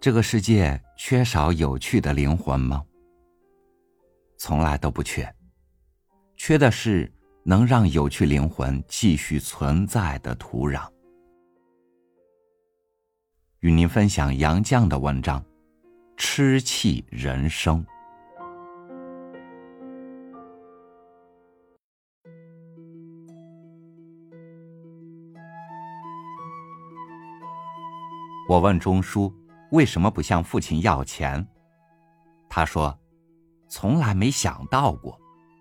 这个世界缺少有趣的灵魂吗？从来都不缺，缺的是能让有趣灵魂继续存在的土壤。与您分享杨绛的文章《痴气人生》。我问钟书为什么不向父亲要钱，他说从来没想到过。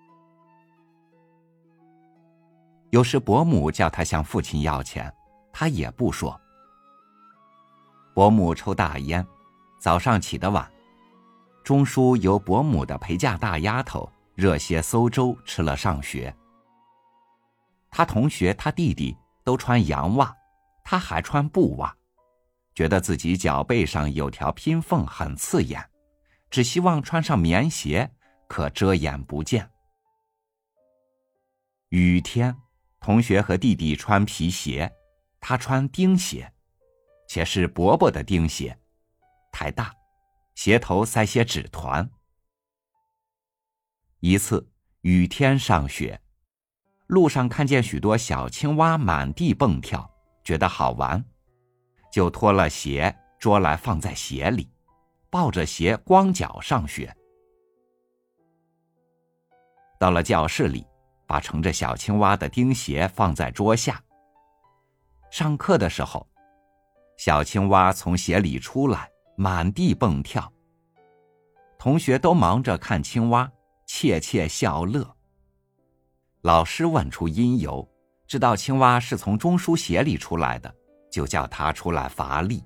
有时伯母叫他向父亲要钱，他也不说。伯母抽大烟，早上起得晚，钟书由伯母的陪嫁大丫头热些馊粥吃了上学。他同学他弟弟都穿洋袜，他还穿布袜，觉得自己脚背上有条拼缝很刺眼，只希望穿上棉鞋，可遮掩不见。雨天，同学和弟弟穿皮鞋，他穿钉鞋，且是伯伯的钉鞋，太大，鞋头塞些纸团。一次雨天上学，路上看见许多小青蛙满地蹦跳，觉得好玩，就脱了鞋捉来放在鞋里，抱着鞋光脚上学。到了教室里，把盛着小青蛙的钉鞋放在桌下。上课的时候，小青蛙从鞋里出来，满地蹦跳，同学都忙着看青蛙，窃窃笑乐。老师问出因由，知道青蛙是从钟书鞋里出来的，就叫他出来罚立。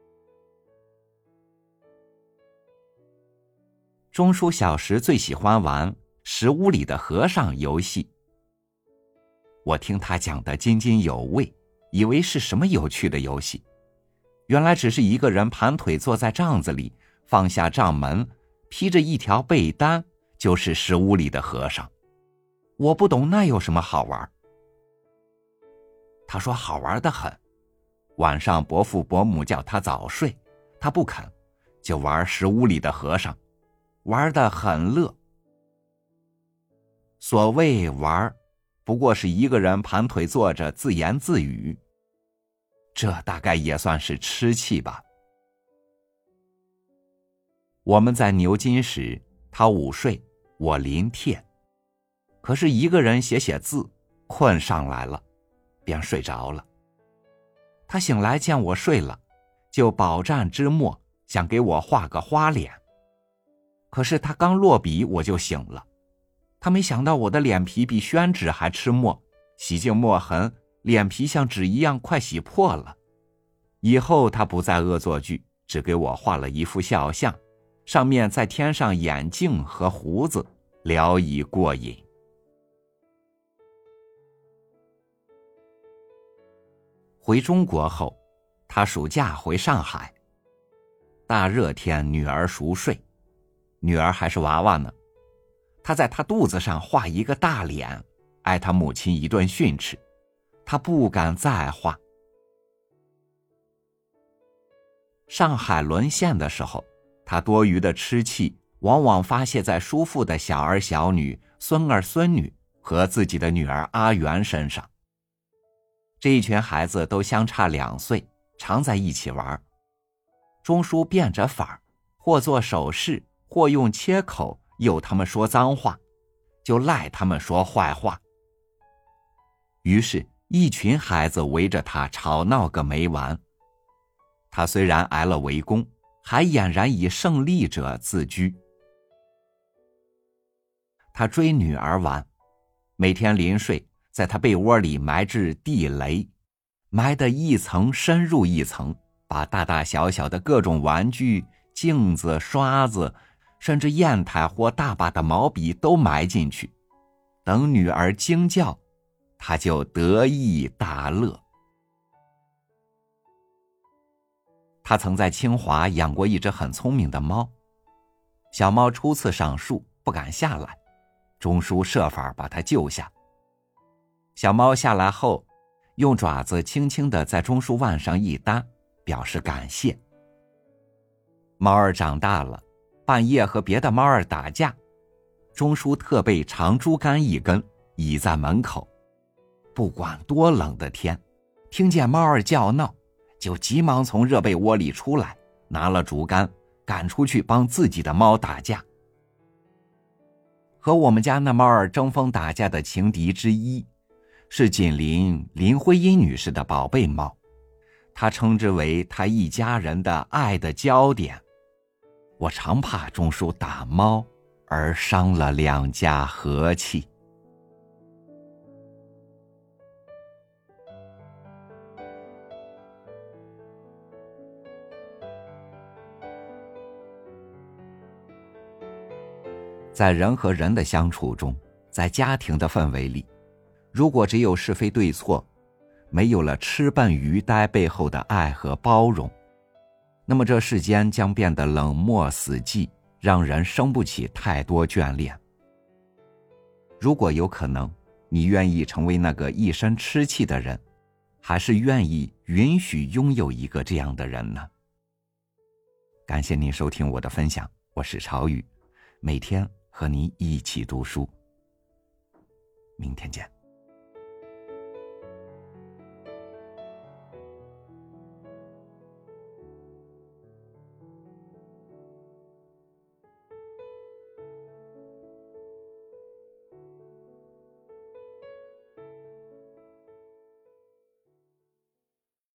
钟书小时最喜欢玩石屋里的和尚游戏。我听他讲得津津有味，以为是什么有趣的游戏，原来只是一个人盘腿坐在帐子里，放下帐门，披着一条被单，就是石屋里的和尚。我不懂那有什么好玩。他说好玩得很，晚上伯父伯母叫他早睡，他不肯，就玩石屋里的和尚，玩得很乐。所谓玩，不过是一个人盘腿坐着自言自语，这大概也算是痴气吧。我们在牛津时，他午睡，我临帖，可是一个人写写字，困上来了，便睡着了。他醒来见我睡了，就饱蘸之墨，想给我画个花脸。可是他刚落笔，我就醒了。他没想到我的脸皮比宣纸还吃墨，洗净墨痕，脸皮像纸一样快洗破了。以后他不再恶作剧，只给我画了一幅肖像，上面再添上眼镜和胡子，聊以过瘾。回中国后，他暑假回上海。大热天，女儿熟睡，女儿还是娃娃呢，他在她肚子上画一个大脸，挨他母亲一顿训斥，他不敢再画。上海沦陷的时候，他多余的痴气往往发泄在叔父的小儿小女、孙儿孙女和自己的女儿阿元身上。这一群孩子都相差2岁，常在一起玩。钟书变着法儿，或做手势，或用切口诱他们说脏话，就赖他们说坏话。于是一群孩子围着他吵闹个没完。他虽然挨了围攻，还俨然以胜利者自居。他追女儿玩，每天临睡，在他被窝里埋置地雷，埋得一层深入一层，把大大小小的各种玩具、镜子、刷子，甚至砚台或大把的毛笔都埋进去。等女儿惊叫，他就得意大乐。他曾在清华养过一只很聪明的猫，小猫初次上树不敢下来，钟书设法把它救下。小猫下来后，用爪子轻轻地在钟书腕上一搭，表示感谢。 猫儿长大了，半夜和别的猫儿打架，钟叔特备长竹竿一根，倚在门口。不管多冷的天，听见猫儿叫闹，就急忙从热被窝里出来，拿了竹竿赶出去帮自己的猫打架。和我们家那猫儿争锋打架的情敌之一，是紧邻林徽因女士的宝贝猫，她称之为她一家人的爱的焦点。我常怕钟叔打猫而伤了两家和气。在人和人的相处中，在家庭的氛围里，如果只有是非对错，没有了痴笨愚呆背后的爱和包容，那么这世间将变得冷漠死寂，让人生不起太多眷恋。如果有可能，你愿意成为那个一身痴气的人，还是愿意允许拥有一个这样的人呢？感谢您收听我的分享，我是朝雨，每天和您一起读书。明天见。